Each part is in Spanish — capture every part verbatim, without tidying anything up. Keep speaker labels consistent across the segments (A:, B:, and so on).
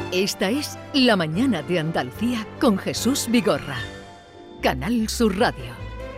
A: Esta es La Mañana de Andalucía con Jesús Vigorra. Canal Sur Radio.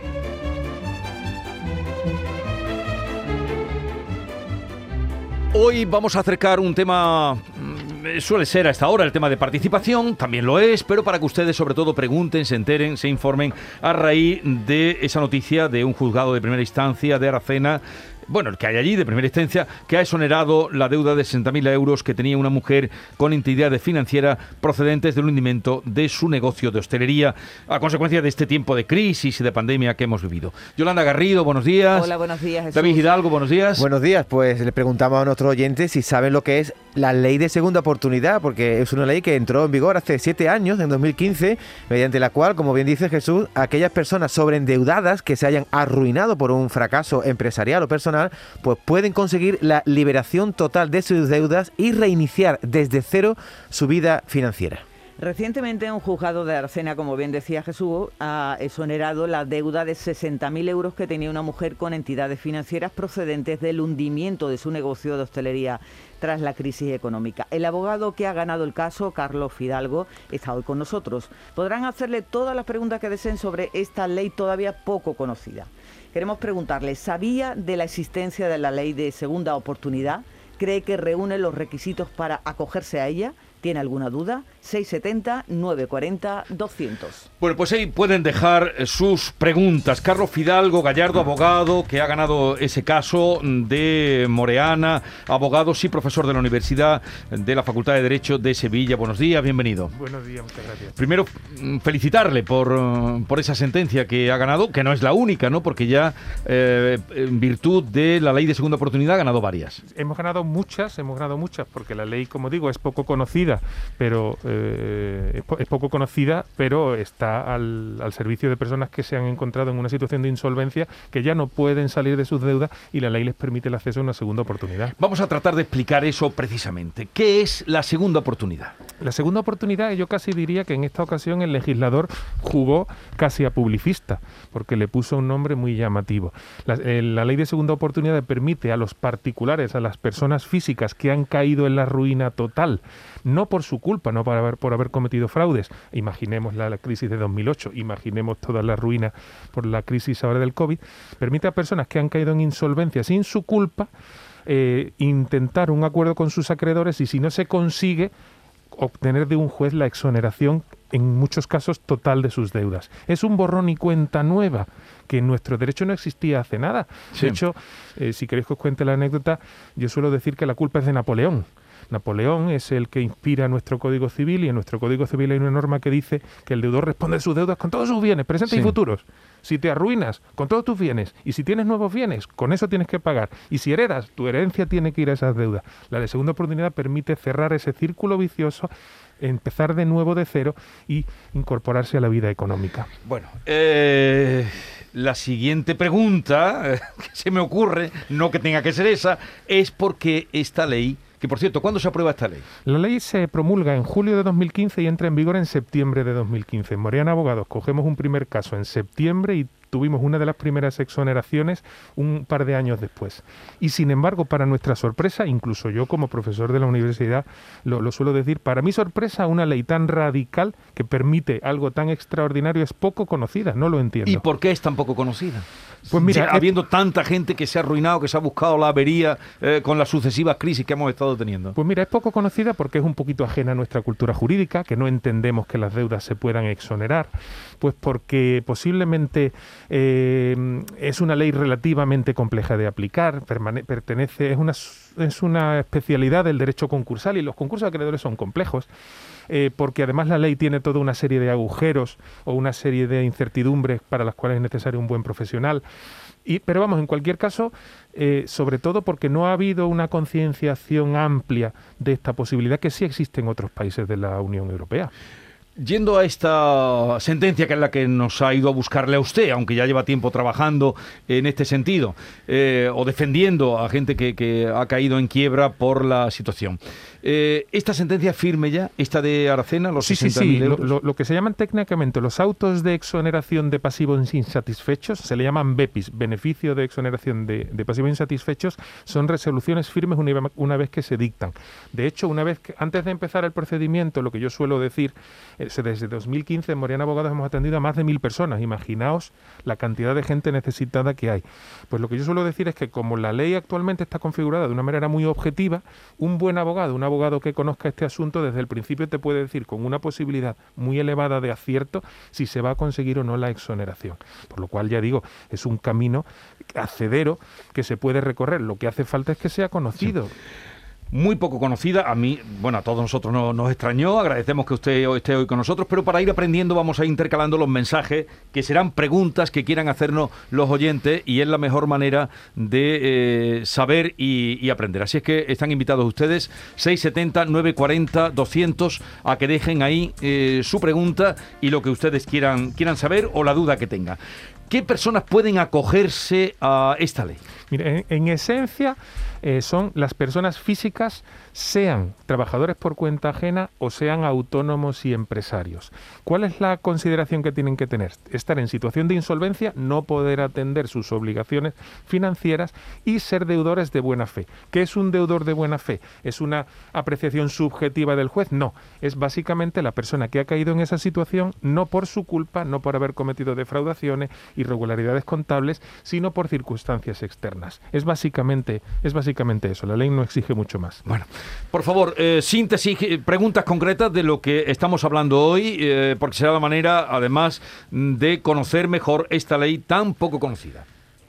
B: Hoy vamos a acercar un tema, suele ser a esta hora el tema de participación, también lo es, pero para que ustedes sobre todo pregunten, se enteren, se informen a raíz de esa noticia de un juzgado de primera instancia de Aracena, bueno, el que hay allí de primera instancia, que ha exonerado la deuda de sesenta mil euros que tenía una mujer con entidades financieras procedentes del hundimiento de su negocio de hostelería a consecuencia de este tiempo de crisis y de pandemia que hemos vivido. Yolanda Garrido, buenos días.
C: Hola, buenos días, Jesús.
B: David Hidalgo, buenos días.
D: Buenos días, pues le preguntamos a nuestros oyentes si saben lo que es la ley de segunda oportunidad, porque es una ley que entró en vigor hace siete años, en dos mil quince, mediante la cual, como bien dice Jesús, aquellas personas sobreendeudadas que se hayan arruinado por un fracaso empresarial o personal, pues pueden conseguir la liberación total de sus deudas y reiniciar desde cero su vida financiera.
C: Recientemente un juzgado de Aracena, como bien decía Jesús, ha exonerado la deuda de sesenta mil euros que tenía una mujer con entidades financieras procedentes del hundimiento de su negocio de hostelería tras la crisis económica. El abogado que ha ganado el caso, Carlos Fidalgo, está hoy con nosotros. Podrán hacerle todas las preguntas que deseen sobre esta ley todavía poco conocida. Queremos preguntarle, ¿sabía de la existencia de la ley de segunda oportunidad? ¿Cree que reúne los requisitos para acogerse a ella? ¿Tiene alguna duda? seis setenta, nueve cuarenta, doscientos.
B: Bueno, pues ahí pueden dejar sus preguntas. Carlos Fidalgo Gallardo, abogado, que ha ganado ese caso de Moreana, abogado, sí, profesor de la Universidad de la Facultad de Derecho de Sevilla. Buenos días, bienvenido.
E: Buenos días, muchas gracias.
B: Primero, felicitarle por, por esa sentencia que ha ganado, que no es la única, ¿no? Porque ya, eh, en virtud de la ley de segunda oportunidad, ha ganado varias.
E: Hemos ganado muchas, hemos ganado muchas, porque la ley, como digo, es poco conocida, pero eh, es, po- es poco conocida, pero está al, al servicio de personas que se han encontrado en una situación de insolvencia, que ya no pueden salir de sus deudas y la ley les permite el acceso a una segunda oportunidad.
B: Vamos a tratar de explicar eso precisamente. ¿Qué es la segunda oportunidad?
E: La segunda oportunidad, yo casi diría que en esta ocasión el legislador jugó casi a publicista, porque le puso un nombre muy llamativo. La, eh, la ley de segunda oportunidad permite a los particulares, a las personas físicas que han caído en la ruina total, no por su culpa, no por haber, por haber cometido fraudes. Imaginemos la, la crisis de dos mil ocho, imaginemos toda la ruina por la crisis ahora del COVID. Permite a personas que han caído en insolvencia sin su culpa eh, intentar un acuerdo con sus acreedores y si no se consigue, obtener de un juez la exoneración, en muchos casos total, de sus deudas. Es un borrón y cuenta nueva, que en nuestro derecho no existía hace nada.
B: Sí.
E: De hecho, eh, si queréis que os cuente la anécdota, yo suelo decir que la culpa es de Napoleón. Napoleón es el que inspira nuestro Código Civil y en nuestro Código Civil hay una norma que dice que el deudor responde de sus deudas con todos sus bienes, presentes
B: Sí.
E: y futuros. Si te arruinas, con todos tus bienes, y si tienes nuevos bienes, con eso tienes que pagar. Y si heredas, tu herencia tiene que ir a esas deudas. La de segunda oportunidad permite cerrar ese círculo vicioso, empezar de nuevo de cero y incorporarse a la vida económica.
B: Bueno, eh, la siguiente pregunta eh, que se me ocurre, no que tenga que ser esa, es por qué esta ley, que por cierto, ¿cuándo se aprueba esta ley?
E: La ley se promulga en julio de dos mil quince y entra en vigor en septiembre de dos mil quince. En Moreana Abogados cogemos un primer caso en septiembre y tuvimos una de las primeras exoneraciones un par de años después. Y sin embargo, para nuestra sorpresa, incluso yo como profesor de la universidad lo, lo suelo decir, para mi sorpresa, una ley tan radical que permite algo tan extraordinario es poco conocida, no lo entiendo.
B: ¿Y por qué es tan poco conocida?
E: Pues mira,
B: Sí, habiendo tanta gente que se ha arruinado, que se ha buscado la avería eh, con las sucesivas crisis que hemos estado teniendo.
E: Pues mira, es poco conocida porque es un poquito ajena a nuestra cultura jurídica, que no entendemos que las deudas se puedan exonerar, pues porque posiblemente eh, es una ley relativamente compleja de aplicar, permane- pertenece, es una, es una especialidad del derecho concursal y los concursos de acreedores son complejos. Eh, porque además la ley tiene toda una serie de agujeros o una serie de incertidumbres para las cuales es necesario un buen profesional. Y, pero vamos, en cualquier caso, eh, sobre todo porque no ha habido una concienciación amplia de esta posibilidad que sí existe en otros países de la Unión Europea.
B: Yendo a esta sentencia, que es la que nos ha ido a buscarle a usted, aunque ya lleva tiempo trabajando en este sentido, eh, o defendiendo a gente que, que ha caído en quiebra por la situación. Eh, ¿Esta sentencia firme ya, esta de Aracena, los
E: sí,
B: sesenta
E: mil
B: sí, sí.
E: euros? Lo, lo, lo que se llaman técnicamente los autos de exoneración de pasivos insatisfechos, se le llaman B E P Is, beneficio de exoneración de, de pasivos insatisfechos, son resoluciones firmes una, una vez que se dictan. De hecho, una vez que, antes de empezar el procedimiento, lo que yo suelo decir, es, desde dos mil quince en Moriana Abogados hemos atendido a más de mil personas. Imaginaos la cantidad de gente necesitada que hay. Pues lo que yo suelo decir es que como la ley actualmente está configurada de una manera muy objetiva, un buen abogado, un abogado que conozca este asunto desde el principio te puede decir con una posibilidad muy elevada de acierto si se va a conseguir o no la exoneración. Por lo cual, ya digo, es un camino hacedero que se puede recorrer. Lo que hace falta es que sea conocido. Sí.
B: Muy poco conocida, a mí, bueno, a todos nosotros no, nos extrañó, agradecemos que usted esté hoy con nosotros, pero para ir aprendiendo vamos a ir intercalando los mensajes que serán preguntas que quieran hacernos los oyentes y es la mejor manera de eh, saber y, y aprender. Así es que están invitados ustedes, seis setenta, nueve cuarenta, doscientos, a que dejen ahí eh, su pregunta y lo que ustedes quieran, quieran saber o la duda que tengan. ¿Qué personas pueden acogerse a esta ley?
E: Mire, en, en esencia eh, son las personas físicas, sean trabajadores por cuenta ajena o sean autónomos y empresarios. ¿Cuál es la consideración que tienen que tener? Estar en situación de insolvencia, no poder atender sus obligaciones financieras y ser deudores de buena fe. ¿Qué es un deudor de buena fe? ¿Es una apreciación subjetiva del juez? No, es básicamente la persona que ha caído en esa situación no por su culpa, no por haber cometido defraudaciones, irregularidades contables, sino por circunstancias externas. Es básicamente, es básicamente eso. La ley no exige mucho más.
B: Bueno, por favor, eh, síntesis, preguntas concretas de lo que estamos hablando hoy, eh, porque será la manera, además, de conocer mejor esta ley tan poco conocida.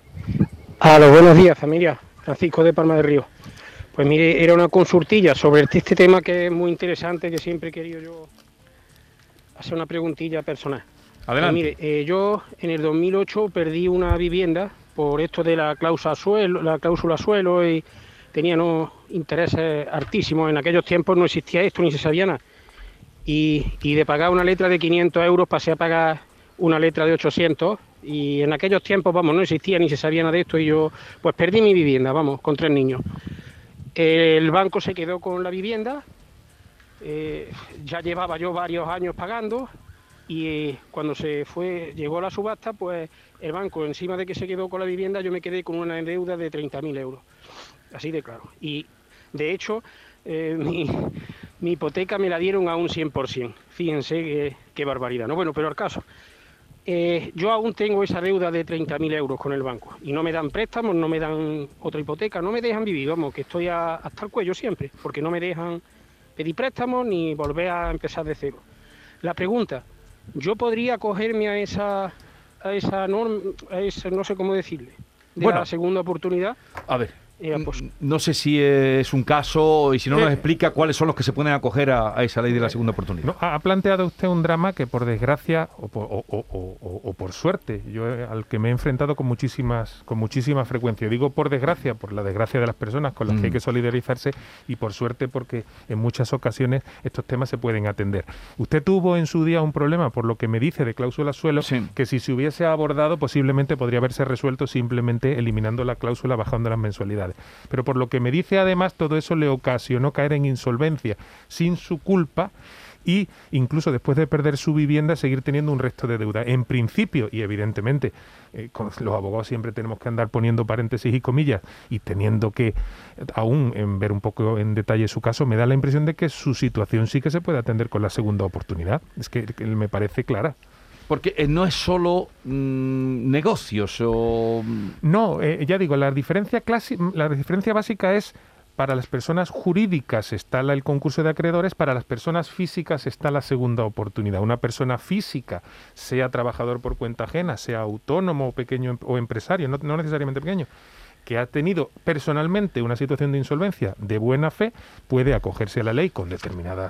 F: A los buenos días, familia. Francisco de Palma del Río. Pues mire, era una consultilla sobre este tema que es muy interesante, que siempre he querido yo hacer una preguntilla personal.
B: Adelante.
F: Pues mire, eh, yo en el dos mil ocho perdí una vivienda por esto de la cláusula suelo, la cláusula suelo y tenía unos intereses altísimos. En aquellos tiempos no existía esto ni se sabía nada. Y, y de pagar una letra de quinientos euros pasé a pagar una letra de ochocientos y en aquellos tiempos, vamos, no existía ni se sabía nada de esto y yo pues perdí mi vivienda, vamos, con tres niños. El banco se quedó con la vivienda, eh, ya llevaba yo varios años pagando. Y eh, cuando se fue, llegó a la subasta, pues el banco, encima de que se quedó con la vivienda, yo me quedé con una deuda de treinta mil euros. Así de claro. Y de hecho, eh, mi, mi hipoteca me la dieron a un cien por ciento. Fíjense qué, qué barbaridad, ¿no? Bueno, pero al caso, eh, yo aún tengo esa deuda de treinta mil euros con el banco. Y no me dan préstamos, no me dan otra hipoteca, no me dejan vivir, vamos, que estoy a, hasta el cuello siempre, porque no me dejan pedir préstamos ni volver a empezar de cero. La pregunta... Yo podría acogerme a esa, a esa norma, a esa, no sé cómo decirle, de bueno, la segunda oportunidad.
B: A ver,
F: eh, pues,
B: no sé si es un caso y si no eh, nos explica cuáles son los que se pueden acoger a, a esa ley de la segunda oportunidad.
E: No, ha planteado usted un drama que por desgracia o por, o, o, o, o por suerte, yo al que me he enfrentado con muchísimas, con muchísima frecuencia. Digo por desgracia, por la desgracia de las personas con las mm. que hay que solidarizarse y por suerte porque en muchas ocasiones estos temas se pueden atender. Usted tuvo en su día un problema, por lo que me dice, de cláusula suelo, sí. que si se hubiese abordado posiblemente podría haberse resuelto simplemente eliminando la cláusula, bajando las mensualidades. Pero por lo que me dice además, todo eso le ocasionó caer en insolvencia sin su culpa y incluso después de perder su vivienda seguir teniendo un resto de deuda. En principio, y evidentemente, eh, con los abogados siempre tenemos que andar poniendo paréntesis y comillas y teniendo que aún en ver un poco en detalle su caso, me da la impresión de que su situación sí que se puede atender con la segunda oportunidad. Es que, que me parece clara.
B: Porque eh, no es solo mmm, negocios o...
E: No, eh, ya digo, la diferencia clasi- la diferencia básica es para las personas jurídicas está la, el concurso de acreedores, para las personas físicas está la segunda oportunidad. Una persona física, sea trabajador por cuenta ajena, sea autónomo o pequeño o empresario, no, no necesariamente pequeño, que ha tenido personalmente una situación de insolvencia de buena fe, puede acogerse a la ley con determinadas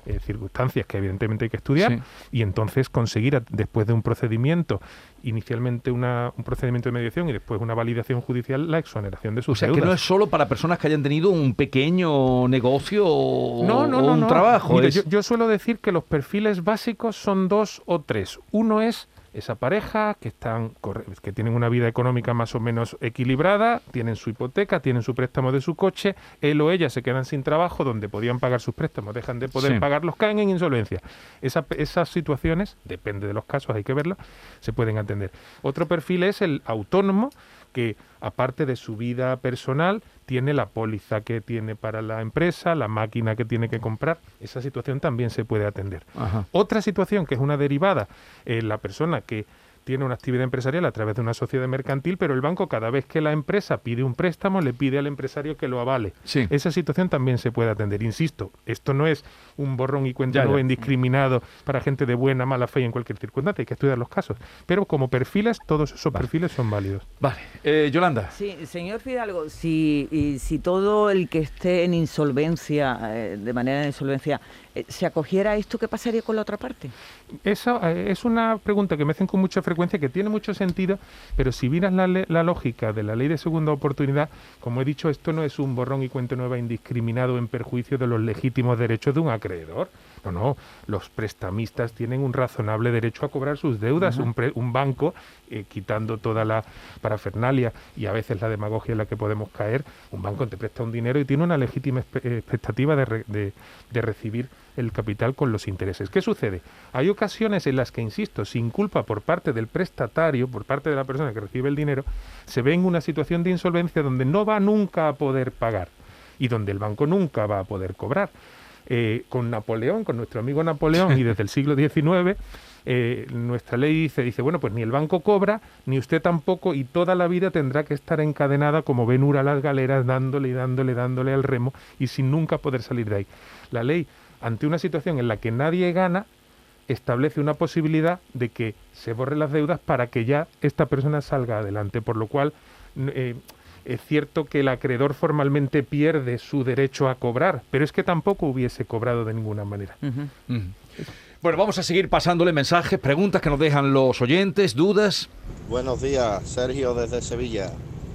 E: eh, circunstancias que evidentemente hay que estudiar,
B: Sí.
E: y entonces conseguir, a- después de un procedimiento, inicialmente una, un procedimiento de mediación y después una validación judicial, la exoneración de sus
B: O sea,
E: deudas.
B: que no es solo para personas que hayan tenido un pequeño negocio o,
E: No, no,
B: o
E: no,
B: un
E: no.
B: trabajo.
E: Mire,
B: es-
E: yo, yo suelo decir que los perfiles básicos son dos o tres. Uno es esa pareja que están corre- que tienen una vida económica más o menos equilibrada, tienen su hipoteca, tienen su préstamo de su coche, él o ella se quedan sin trabajo, donde podían pagar sus préstamos, dejan de poder
B: Sí.
E: pagarlos, caen en insolvencia. Esa- esas situaciones, depende de los casos, hay que verlo, se pueden atender. Otro perfil es el autónomo, que aparte de su vida personal, tiene la póliza que tiene para la empresa, la máquina que tiene que comprar. Esa situación también se puede atender.
B: Ajá.
E: Otra situación que es una derivada, eh, la persona que tiene una actividad empresarial a través de una sociedad mercantil, pero el banco cada vez que la empresa pide un préstamo le pide al empresario que lo avale.
B: Sí.
E: Esa situación también se puede atender. Insisto, esto no es un borrón y cuenta
B: Ya,
E: nueva
B: ya.
E: indiscriminado para gente de buena, mala fe y en cualquier circunstancia. Hay que estudiar los casos. Pero como perfiles, todos esos
B: Vale.
E: perfiles son válidos.
B: Vale. Eh, Yolanda.
C: Sí, señor Fidalgo, si, y si todo el que esté en insolvencia, eh, de manera de insolvencia, eh, se acogiera a esto, ¿qué pasaría con la otra parte?
E: Esa eh, es una pregunta que me hacen con mucha frecuencia, que tiene mucho sentido, pero si miras la, le- la lógica de la ley de segunda oportunidad, como he dicho, esto no es un borrón y cuenta nueva indiscriminado en perjuicio de los legítimos derechos de un acreedor. No, no, los prestamistas tienen un razonable derecho a cobrar sus deudas. Un, pre- un banco, eh, quitando toda la parafernalia y a veces la demagogia en la que podemos caer, un banco te presta un dinero y tiene una legítima espe- eh, expectativa de, re- de- de recibir el capital con los intereses. ¿Qué sucede? Hay ocasiones en las que, insisto, sin culpa por parte del prestatario, por parte de la persona que recibe el dinero, se ve en una situación de insolvencia donde no va nunca a poder pagar y donde el banco nunca va a poder cobrar. Eh, con Napoleón, con nuestro amigo Napoleón, y desde el siglo diecinueve, eh, nuestra ley dice, dice, bueno, pues ni el banco cobra, ni usted tampoco, y toda la vida tendrá que estar encadenada como Ben Hur a las galeras, dándole y dándole, dándole al remo, y sin nunca poder salir de ahí. La ley, ante una situación en la que nadie gana, establece una posibilidad de que se borren las deudas para que ya esta persona salga adelante, por lo cual eh, es cierto que el acreedor formalmente pierde su derecho a cobrar, pero es que tampoco hubiese cobrado de ninguna manera.
C: Ujú.
B: Mm. Bueno, vamos a seguir pasándole mensajes, preguntas que nos dejan los oyentes, dudas.
G: Buenos días, Sergio desde Sevilla.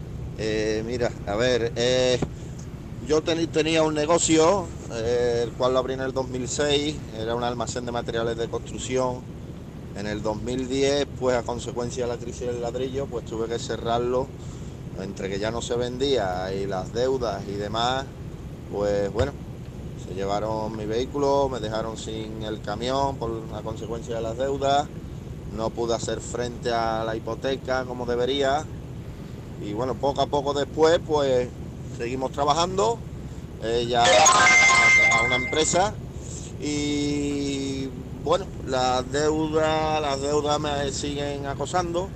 G: Eh, mira, a ver, eh, yo ten- tenía un negocio, eh, el cual lo abrí en el dos mil seis, era un almacén de materiales de construcción. En el dos mil diez, pues a consecuencia de la crisis del ladrillo, pues tuve que cerrarlo, entre que ya no se vendía y las deudas y demás, pues bueno, se llevaron mi vehículo, me dejaron sin el camión por la consecuencia de las deudas, no pude hacer frente a la hipoteca como debería y bueno, poco a poco después pues seguimos trabajando eh, ya a una empresa y bueno, las deudas, las deudas me siguen acosando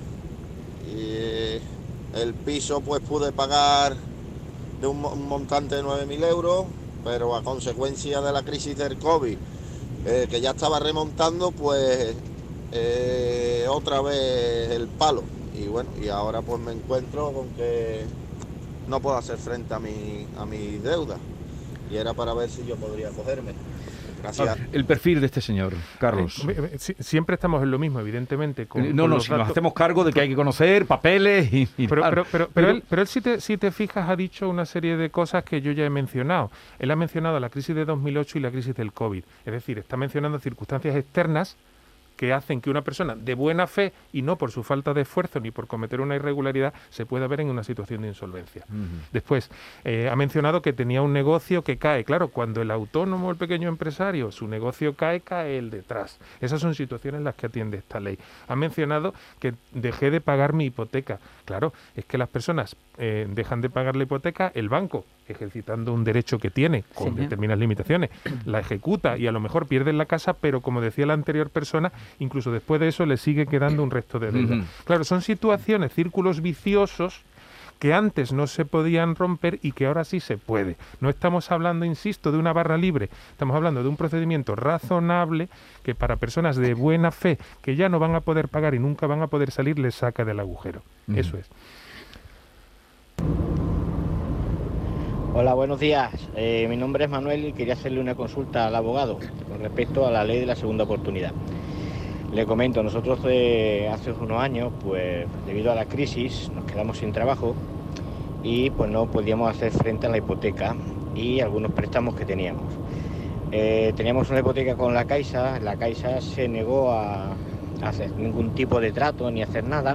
G: y el piso pues pude pagar de un, mo- un montante de nueve mil euros, pero a consecuencia de la crisis del COVID, eh, que ya estaba remontando, pues eh, otra vez el palo. Y bueno, y ahora pues me encuentro con que no puedo hacer frente a mi, a mi deuda. Y era para ver si yo podría cogerme. Gracias.
B: El perfil de este señor, Carlos.
E: Eh, eh, si- siempre estamos en lo mismo, evidentemente. Con,
B: no,
E: con
B: no,
E: los
B: si nos
E: datos.
B: hacemos cargo de que hay que conocer papeles y, y
E: Pero,
B: tal.
E: pero, pero, pero él, pero él si, te, si te fijas, ha dicho una serie de cosas que yo ya he mencionado. Él ha mencionado la crisis de dos mil ocho y la crisis del COVID. Es decir, está mencionando circunstancias externas que hacen que una persona de buena fe, y no por su falta de esfuerzo ni por cometer una irregularidad, se pueda ver en una situación de insolvencia.
B: Ujú.
E: Después, eh, ha mencionado que tenía un negocio que cae. Claro, cuando el autónomo, el pequeño empresario, su negocio cae, cae el detrás. Esas son situaciones en las que atiende esta ley. Ha mencionado que dejé de pagar mi hipoteca. Claro, es que las personas eh, dejan de pagar la hipoteca, el banco, ejercitando un derecho que tiene, con
C: Sí.
E: determinadas limitaciones, la ejecuta y a lo mejor pierden la casa, pero como decía la anterior persona, incluso después de eso le sigue quedando un resto de deuda.
B: Ujú.
E: Claro, son situaciones, círculos viciosos que antes no se podían romper y que ahora sí se puede. No estamos hablando, insisto, de una barra libre, estamos hablando de un procedimiento razonable que para personas de buena fe que ya no van a poder pagar y nunca van a poder salir, les saca del agujero.
B: Ujú.
E: Eso es.
H: Hola, buenos días. Eh, mi nombre es Manuel y quería hacerle una consulta al abogado con respecto a la ley de la segunda oportunidad. Le comento, nosotros de hace unos años, pues debido a la crisis, nos quedamos sin trabajo y pues no podíamos hacer frente a la hipoteca y algunos préstamos que teníamos. Eh, teníamos una hipoteca con la Caixa, la Caixa se negó a, a hacer ningún tipo de trato ni hacer nada,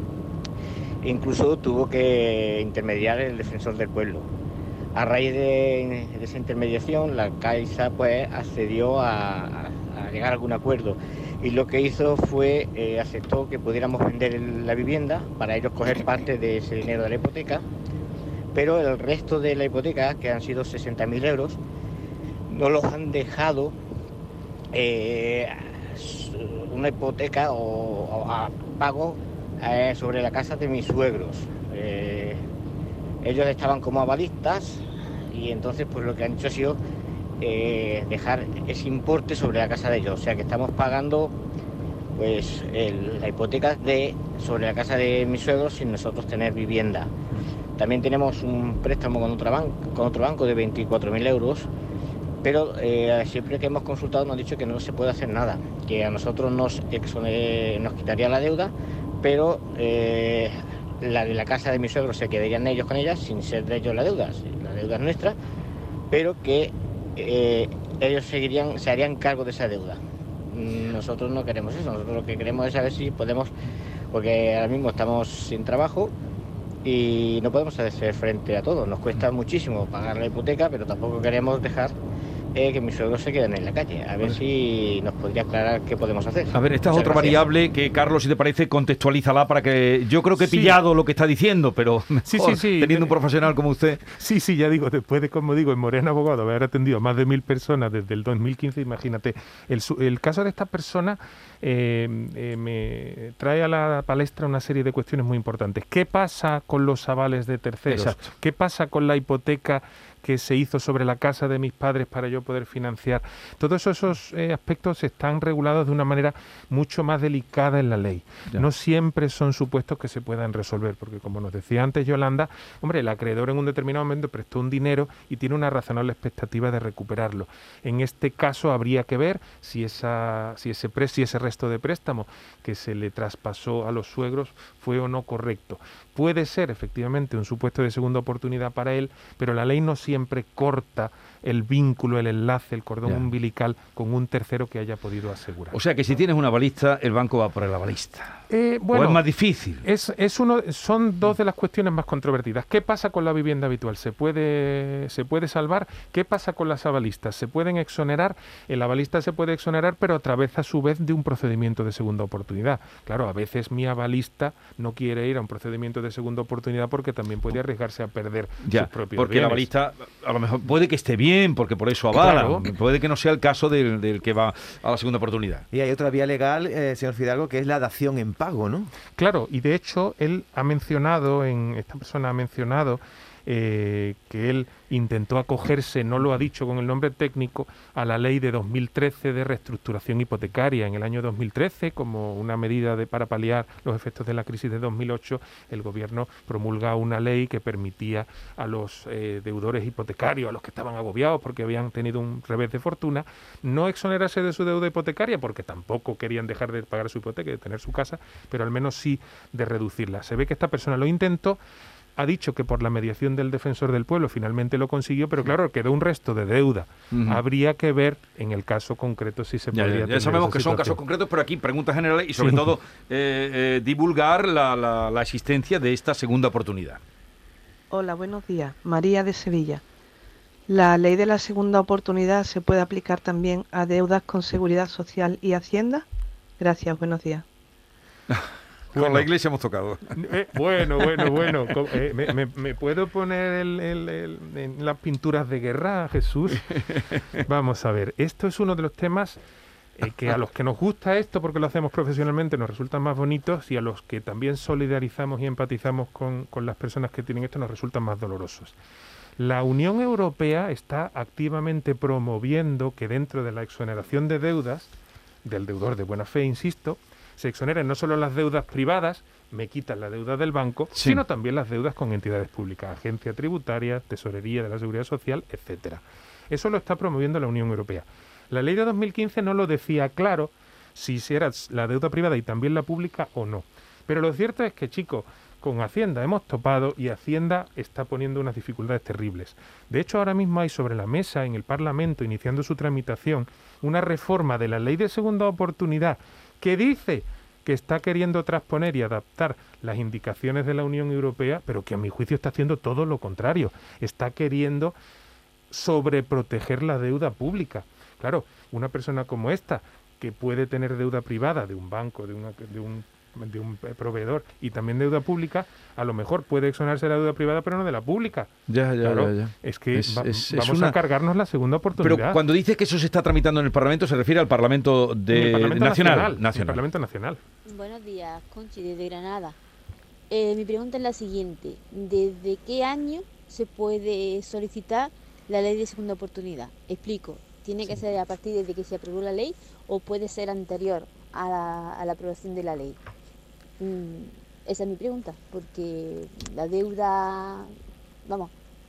H: incluso tuvo que intermediar el defensor del pueblo. A raíz de, de esa intermediación, la Caixa pues accedió a, a, a llegar a algún acuerdo y lo que hizo fue eh, aceptó que pudiéramos vender el, la vivienda para ellos coger parte de ese dinero de la hipoteca, pero el resto de la hipoteca, que han sido sesenta mil euros, no los han dejado eh, una hipoteca o, o a pago eh, sobre la casa de mis suegros. Eh, ellos estaban como avalistas y entonces pues lo que han hecho ha sido eh, dejar ese importe sobre la casa de ellos, o sea que estamos pagando pues el, la hipoteca de sobre la casa de mis suegros sin nosotros tener vivienda. También tenemos un préstamo con, otra ban con otro banco de veinticuatro mil euros, pero eh, siempre que hemos consultado nos han dicho que no se puede hacer nada, que a nosotros nos, exone, nos quitaría la deuda, pero eh, la de la casa de mis suegros se quedarían ellos con ella sin ser de ellos la deuda, la deuda es nuestra, pero que eh, ellos seguirían, se harían cargo de esa deuda. Nosotros no queremos eso, nosotros lo que queremos es saber si podemos, porque ahora mismo estamos sin trabajo y no podemos hacer frente a todo, nos cuesta muchísimo pagar la hipoteca, pero tampoco queremos dejar eh, que mis suegros se queden en la calle. A ver si nos podría aclarar qué podemos hacer.
B: A ver, esta es
H: Muchas
B: otra
H: gracias.
B: variable que, Carlos, si te parece, contextualízala para que... Yo creo que he
E: Sí.
B: pillado lo que está diciendo, pero mejor,
E: Sí, sí, sí.
B: teniendo un profesional como usted...
E: Sí, sí, ya digo, después de, como digo, en Moreno Abogado haber atendido a más de mil personas desde el dos mil quince, imagínate, el, su- el caso de esta persona eh, eh, me trae a la palestra una serie de cuestiones muy importantes. ¿Qué pasa con los avales de terceros?
B: Exacto.
E: ¿Qué pasa con la hipoteca que se hizo sobre la casa de mis padres para yo poder financiar? Todos esos eh, aspectos están regulados de una manera mucho más delicada en la ley.
B: Ya.
E: No siempre son supuestos que se puedan resolver, porque como nos decía antes Yolanda, hombre, el acreedor en un determinado momento prestó un dinero y tiene una razonable expectativa de recuperarlo. En este caso habría que ver si, esa, si, ese, pre, si ese resto de préstamo que se le traspasó a los suegros fue o no correcto. Puede ser efectivamente un supuesto de segunda oportunidad para él, pero la ley no siempre corta el vínculo, el enlace, el cordón
B: Ya.
E: umbilical con un tercero que haya podido asegurar.
B: O sea que si tienes una avalista, el banco va por el avalista.
E: Eh,
B: ¿O
E: bueno,
B: es más difícil?
E: Es, es uno, son dos de las cuestiones más controvertidas. ¿Qué pasa con la vivienda habitual? ¿Se puede, se puede salvar? ¿Qué pasa con las avalistas? ¿Se pueden exonerar? El avalista se puede exonerar, pero a través, a su vez, de un procedimiento de segunda oportunidad. Claro, a veces mi avalista no quiere ir a un procedimiento de segunda oportunidad porque también puede arriesgarse a perder
B: Ya,
E: sus propios
B: porque el
E: bienes.
B: avalista a lo mejor puede que esté bien, porque por eso avala.
E: Claro.
B: Puede que no sea el caso del, del que va a la segunda oportunidad.
D: Y hay otra vía legal, eh, señor Fidalgo, que es la dación en pago, ¿no?
E: Claro, y de hecho él ha mencionado, en esta persona ha mencionado eh, que él intentó acogerse, no lo ha dicho con el nombre técnico, a la ley de dos mil trece de reestructuración hipotecaria. En el año dos mil trece, como una medida de, para paliar los efectos de la crisis de dos mil ocho, el gobierno promulga una ley que permitía a los eh, deudores hipotecarios, a los que estaban agobiados porque habían tenido un revés de fortuna, no exonerarse de su deuda hipotecaria, porque tampoco querían dejar de pagar su hipoteca y de tener su casa, pero al menos sí de reducirla. Se ve que esta persona lo intentó, ha dicho que por la mediación del defensor del pueblo finalmente lo consiguió, pero claro, quedó un resto de deuda.
B: Ujú.
E: Habría que ver en el caso concreto si se
B: Ya,
E: podría
B: ya, ya
E: atender
B: sabemos
E: esa
B: que son
E: situación.
B: casos concretos, pero aquí preguntas generales y sobre
E: Sí.
B: todo eh, eh, divulgar la, la, la existencia de esta segunda oportunidad.
I: Hola, buenos días. María de Sevilla. ¿La ley de la segunda oportunidad se puede aplicar también a deudas con seguridad social y hacienda? Gracias, buenos días.
B: Con
E: Bueno.
B: la iglesia hemos tocado.
E: Eh, bueno, bueno, bueno. Co- eh, me, me- me puedo poner el- el- el- en las pinturas de guerra, Jesús? Vamos a ver. Esto es uno de los temas eh, que a los que nos gusta esto, porque lo hacemos profesionalmente, nos resultan más bonitos, y a los que también solidarizamos y empatizamos con, con las personas que tienen esto, nos resultan más dolorosos. La Unión Europea está activamente promoviendo que dentro de la exoneración de deudas, del deudor de buena fe, insisto, Se exoneran no solo las deudas privadas, me quitan la deuda del banco,
B: Sí.
E: sino también las deudas con entidades públicas, agencia tributaria, tesorería de la seguridad social, etcétera. Eso lo está promoviendo la Unión Europea. La ley de dos mil quince no lo decía claro si era la deuda privada y también la pública o no. Pero lo cierto es que, chicos, con Hacienda hemos topado y Hacienda está poniendo unas dificultades terribles. De hecho, ahora mismo hay sobre la mesa en el Parlamento, iniciando su tramitación, una reforma de la ley de segunda oportunidad que dice que está queriendo transponer y adaptar las indicaciones de la Unión Europea, pero que a mi juicio está haciendo todo lo contrario. Está queriendo sobreproteger la deuda pública. Claro, una persona como esta, que puede tener deuda privada de un banco, de, una, de un de un proveedor y también deuda pública, a lo mejor puede exonerarse de la deuda privada pero no de la pública.
B: Ya, ya,
E: claro,
B: ya, ya.
E: Es que
B: Es-
E: va-
B: es- es
E: vamos
B: una-
E: a cargarnos la segunda oportunidad.
B: Pero cuando dice que eso se está tramitando en el Parlamento, se refiere al Parlamento
E: En
B: de
E: el Parlamento
B: Nacional.
E: Nacional, en el
B: Nacional.
E: Parlamento Nacional.
J: Buenos días, Conchi, desde Granada. Eh, mi pregunta es la siguiente. ¿Desde qué año se puede solicitar la ley de segunda oportunidad? Explico. ¿Tiene que ser a partir de que se aprobó la ley o puede ser anterior a la, a la aprobación de la ley? Mm, esa es mi pregunta, porque la deuda, vamos,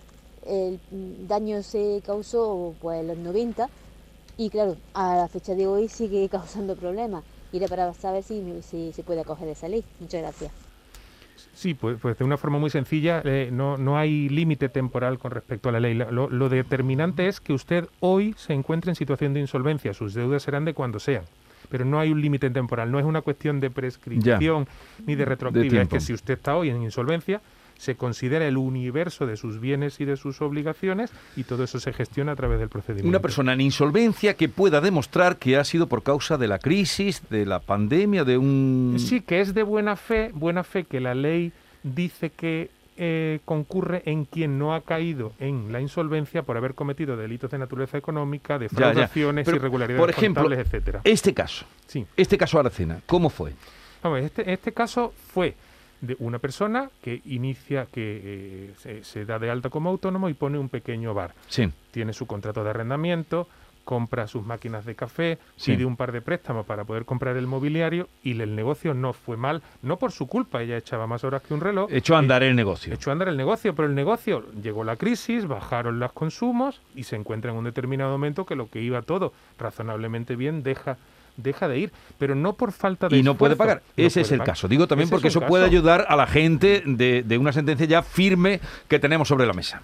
J: el mm, daño se causó pues en los noventa y claro, a la fecha de hoy sigue causando problemas. Y era para saber si, si se puede acoger esa ley. Muchas gracias.
E: Sí, pues, pues de una forma muy sencilla, eh, no, no hay límite temporal con respecto a la ley. Lo, lo determinante es que usted hoy se encuentre en situación de insolvencia. Sus deudas serán de cuando sean. Pero no hay un límite temporal. No es una cuestión de prescripción ni de retroactividad. Es
B: tiempo.
E: que si usted está hoy en insolvencia, se considera el universo de sus bienes y de sus obligaciones y todo eso se gestiona a través del procedimiento.
B: Una persona en insolvencia que pueda demostrar que ha sido por causa de la crisis, de la pandemia, de un...
E: Sí, que es de buena fe, buena fe que la ley dice que eh, concurre en quien no ha caído en la insolvencia por haber cometido delitos de naturaleza económica,
B: Ya, ya.
E: defraudaciones,
B: Pero,
E: irregularidades
B: por ejemplo,
E: contables, etcétera.
B: Este caso,
E: Sí.
B: este caso Aracena, ¿cómo fue?
E: Vamos, este, este caso fue de una persona que inicia, que eh, se, se da de alta como autónomo y pone un pequeño bar.
B: Sí.
E: Tiene su contrato de arrendamiento, compra sus máquinas de café,
B: Sí.
E: pide un par de préstamos para poder comprar el mobiliario y el negocio no fue mal, no por su culpa, ella echaba más horas que un reloj.
B: Echó a andar
E: y-
B: el negocio.
E: Echó a andar el negocio, pero el negocio llegó la crisis, bajaron los consumos y se encuentra en un determinado momento que lo que iba todo razonablemente bien deja deja de ir, pero no por falta de
B: Y no puede
E: esfuerzo.
B: pagar.
E: No
B: Ese es
E: puede
B: el
E: pagar.
B: caso. Digo también
E: Ese
B: porque
E: es un
B: eso puede
E: caso.
B: ayudar a la gente de, de una sentencia ya firme que tenemos sobre la mesa.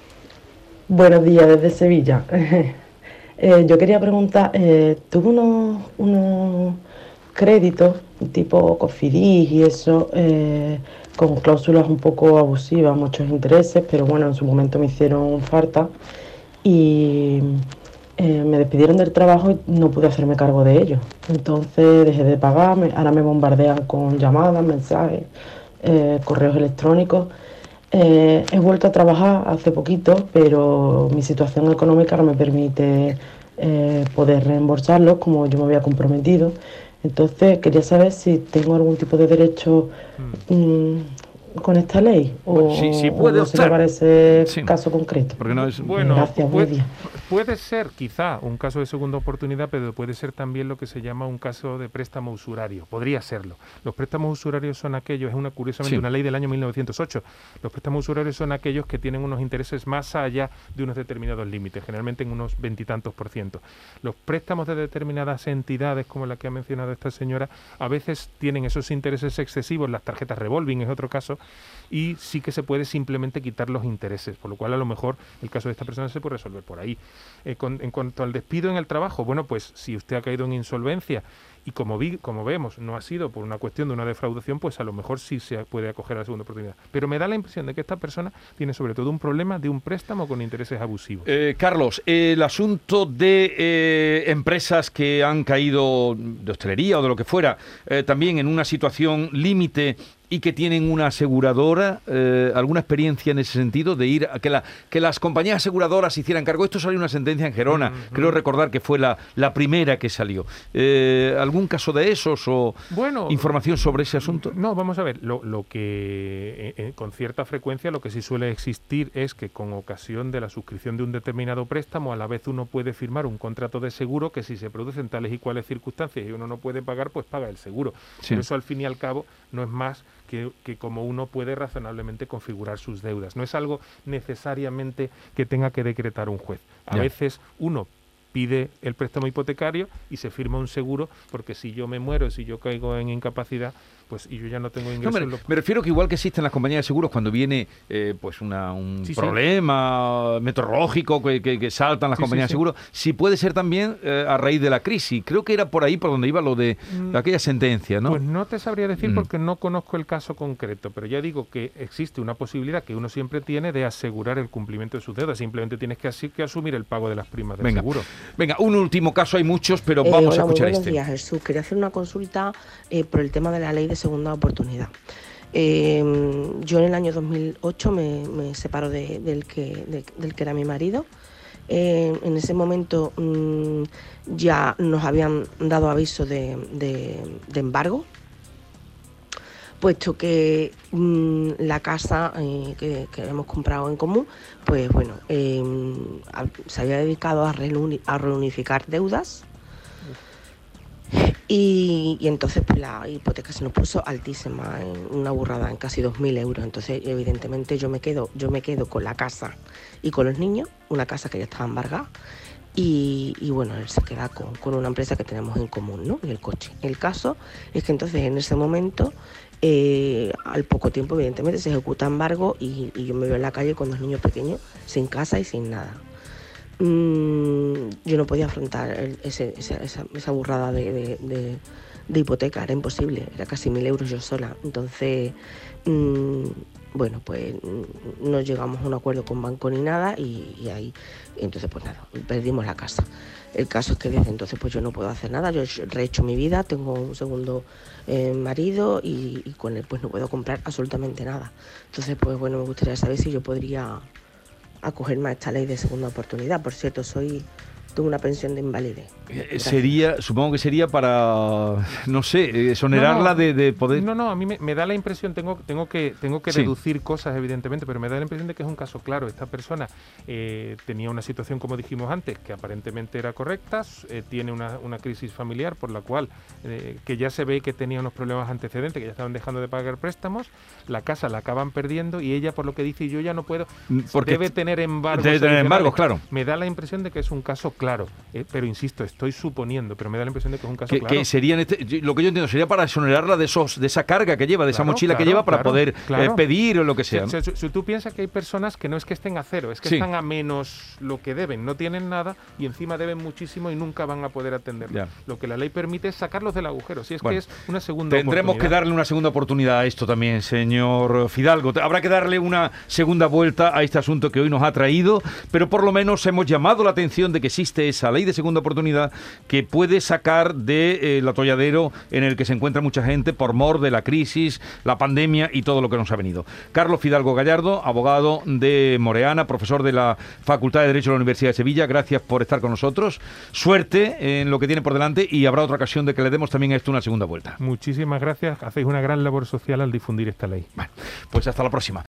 K: Buenos días desde Sevilla. Eh, yo quería preguntar, eh, tuve unos, unos créditos tipo Cofidis y eso, eh, con cláusulas un poco abusivas, muchos intereses, pero bueno, en su momento me hicieron falta y eh, me despidieron del trabajo y no pude hacerme cargo de ellos. Entonces dejé de pagar, me- ahora me bombardean con llamadas, mensajes, eh, correos electrónicos. Eh, he vuelto a trabajar hace poquito, pero mi situación económica no me permite eh, poder reembolsarlos como yo me había comprometido. Entonces quería saber si tengo algún tipo de derecho mm, con esta ley o,
B: Bueno, sí, sí
K: o
B: puede
K: no se
B: optar.
K: para ese
B: Sí.
K: caso concreto.
B: Porque no es...
E: Bueno,
K: Gracias, buen
E: puede,
K: día.
E: puede ser quizá un caso de segunda oportunidad, pero puede ser también lo que se llama un caso de préstamo usurario. Podría serlo. Los préstamos usurarios son aquellos, es una curiosamente
B: Sí.
E: una ley del año mil novecientos ocho. Los préstamos usurarios son aquellos que tienen unos intereses más allá de unos determinados límites, generalmente en unos veintitantos por ciento. Los préstamos de determinadas entidades, como la que ha mencionado esta señora, a veces tienen esos intereses excesivos. Las tarjetas revolving es otro caso, y sí que se puede simplemente quitar los intereses, por lo cual a lo mejor el caso de esta persona se puede resolver por ahí. Eh, con- en cuanto al despido en el trabajo, bueno, pues si usted ha caído en insolvencia y como, vi, como vemos no ha sido por una cuestión de una defraudación, pues a lo mejor sí se puede acoger a la segunda oportunidad. Pero me da la impresión de que esta persona tiene sobre todo un problema de un préstamo con intereses abusivos.
B: Eh, Carlos, el asunto de eh, empresas que han caído de hostelería o de lo que fuera, eh, también en una situación límite y que tienen una aseguradora, eh, ¿alguna experiencia en ese sentido de ir a que, la, que las compañías aseguradoras se hicieran cargo? Esto salió una sentencia en Gerona,
E: Ujú.
B: creo recordar que fue la, la primera que salió. Eh, ¿algún algún caso de esos o
E: bueno,
B: información sobre ese asunto?
E: No, vamos a ver, lo, lo que eh, eh, con cierta frecuencia lo que sí suele existir es que con ocasión de la suscripción de un determinado préstamo, a la vez uno puede firmar un contrato de seguro que si se producen tales y cuales circunstancias y uno no puede pagar, pues paga el seguro. Sí. Pero eso al fin y al cabo no es más que, que como uno puede razonablemente configurar sus deudas. No es algo necesariamente que tenga que decretar un juez. A ya. veces uno pide el préstamo hipotecario y se firma un seguro, porque si yo me muero, si yo caigo en incapacidad, pues y yo ya no tengo ingresos.
B: No, me, me refiero que igual que existen las compañías de seguros cuando viene eh, pues una, un
E: sí,
B: problema sí. meteorológico que, que, que saltan las sí, compañías sí, de seguros, sí. si puede ser también eh, a raíz de la crisis. Creo que era por ahí por donde iba lo de, mm, de aquella sentencia, ¿no?
E: Pues no te sabría decir mm. porque no conozco el caso concreto, pero ya digo que existe una posibilidad que uno siempre tiene de asegurar el cumplimiento de sus deudas. Simplemente tienes que, así, que asumir el pago de las primas del
B: Venga.
E: seguro.
B: Venga, un último caso, hay muchos, pero
L: eh,
B: vamos
L: hola,
B: a escuchar
L: muy buenos
B: este.
L: Días, Jesús. Quería hacer una consulta eh, por el tema de la ley de segunda oportunidad. Eh, yo en el año dos mil ocho me, me separo de, del, que, de, del que era mi marido. Eh, en ese momento mmm, ya nos habían dado aviso de, de, de embargo, puesto que mmm, la casa eh, que, que hemos comprado en común, pues bueno, eh, se había dedicado a, reuni- a reunificar deudas. Y, y entonces pues la hipoteca se nos puso altísima, en una burrada, en casi dos mil euros. Entonces evidentemente yo me quedo yo me quedo con la casa y con los niños, una casa que ya estaba embargada, y, y bueno, él se queda con, con una empresa que tenemos en común, ¿no? Y el coche. El caso es que entonces en ese momento, eh, al poco tiempo evidentemente se ejecuta embargo y, y yo me veo en la calle con dos niños pequeños, sin casa y sin nada. Mm, yo no podía afrontar el, ese, esa, esa, esa burrada de, de, de, de hipoteca, era imposible, era casi mil euros yo sola. Entonces, mmm, bueno, pues no llegamos a un acuerdo con banco ni nada y, y ahí, entonces pues nada, perdimos la casa. El caso es que desde entonces pues yo no puedo hacer nada, yo he rehecho mi vida, tengo un segundo eh, marido y, y con él pues no puedo comprar absolutamente nada. Entonces pues bueno, me gustaría saber si yo podría acogerme a esta ley de segunda oportunidad. Por cierto, soy tengo una pensión de invalidez.
B: Eh, sería, supongo que sería para, no sé, exonerarla
E: no, no,
B: de, de poder...
E: No, no, a mí me, me da la impresión, tengo, tengo que, tengo que sí. deducir cosas evidentemente, pero me da la impresión de que es un caso claro. Esta persona eh, tenía una situación, como dijimos antes, que aparentemente era correcta, eh, tiene una, una crisis familiar por la cual, eh, que ya se ve que tenía unos problemas antecedentes, que ya estaban dejando de pagar préstamos, la casa la acaban perdiendo y ella, por lo que dice, yo ya no puedo, porque debe tener embargos.
B: Debe tener embargos, claro.
E: Me da la impresión de que es un caso claro, eh, pero insisto, estoy suponiendo, pero me da la impresión de que es un caso
B: que,
E: claro.
B: Que serían este, lo que yo entiendo sería para exonerarla de esos de esa carga que lleva, de
E: claro,
B: esa mochila
E: claro,
B: que lleva para
E: claro,
B: poder
E: claro.
B: Eh, pedir o lo que sea.
E: Si, si, si, si tú piensas que hay personas que no es que estén a cero, es que sí. están a menos lo que deben, no tienen nada y encima deben muchísimo y nunca van a poder atenderlo. Ya. Lo que la ley permite es sacarlos del agujero, si es bueno, que es una segunda
B: tendremos
E: oportunidad.
B: que darle una segunda oportunidad a esto también, señor Fidalgo. Habrá que darle una segunda vuelta a este asunto que hoy nos ha traído, pero por lo menos hemos llamado la atención de que existe esa ley de segunda oportunidad que puede sacar del de, eh, atolladero en el que se encuentra mucha gente por mor de la crisis, la pandemia y todo lo que nos ha venido. Carlos Fidalgo Gallardo, abogado de Moreana, profesor de la Facultad de Derecho de la Universidad de Sevilla, gracias por estar con nosotros. Suerte en lo que tiene por delante y habrá otra ocasión de que le demos también a esto una segunda vuelta.
E: Muchísimas gracias, hacéis una gran labor social al difundir esta ley.
B: Bueno, pues hasta la próxima.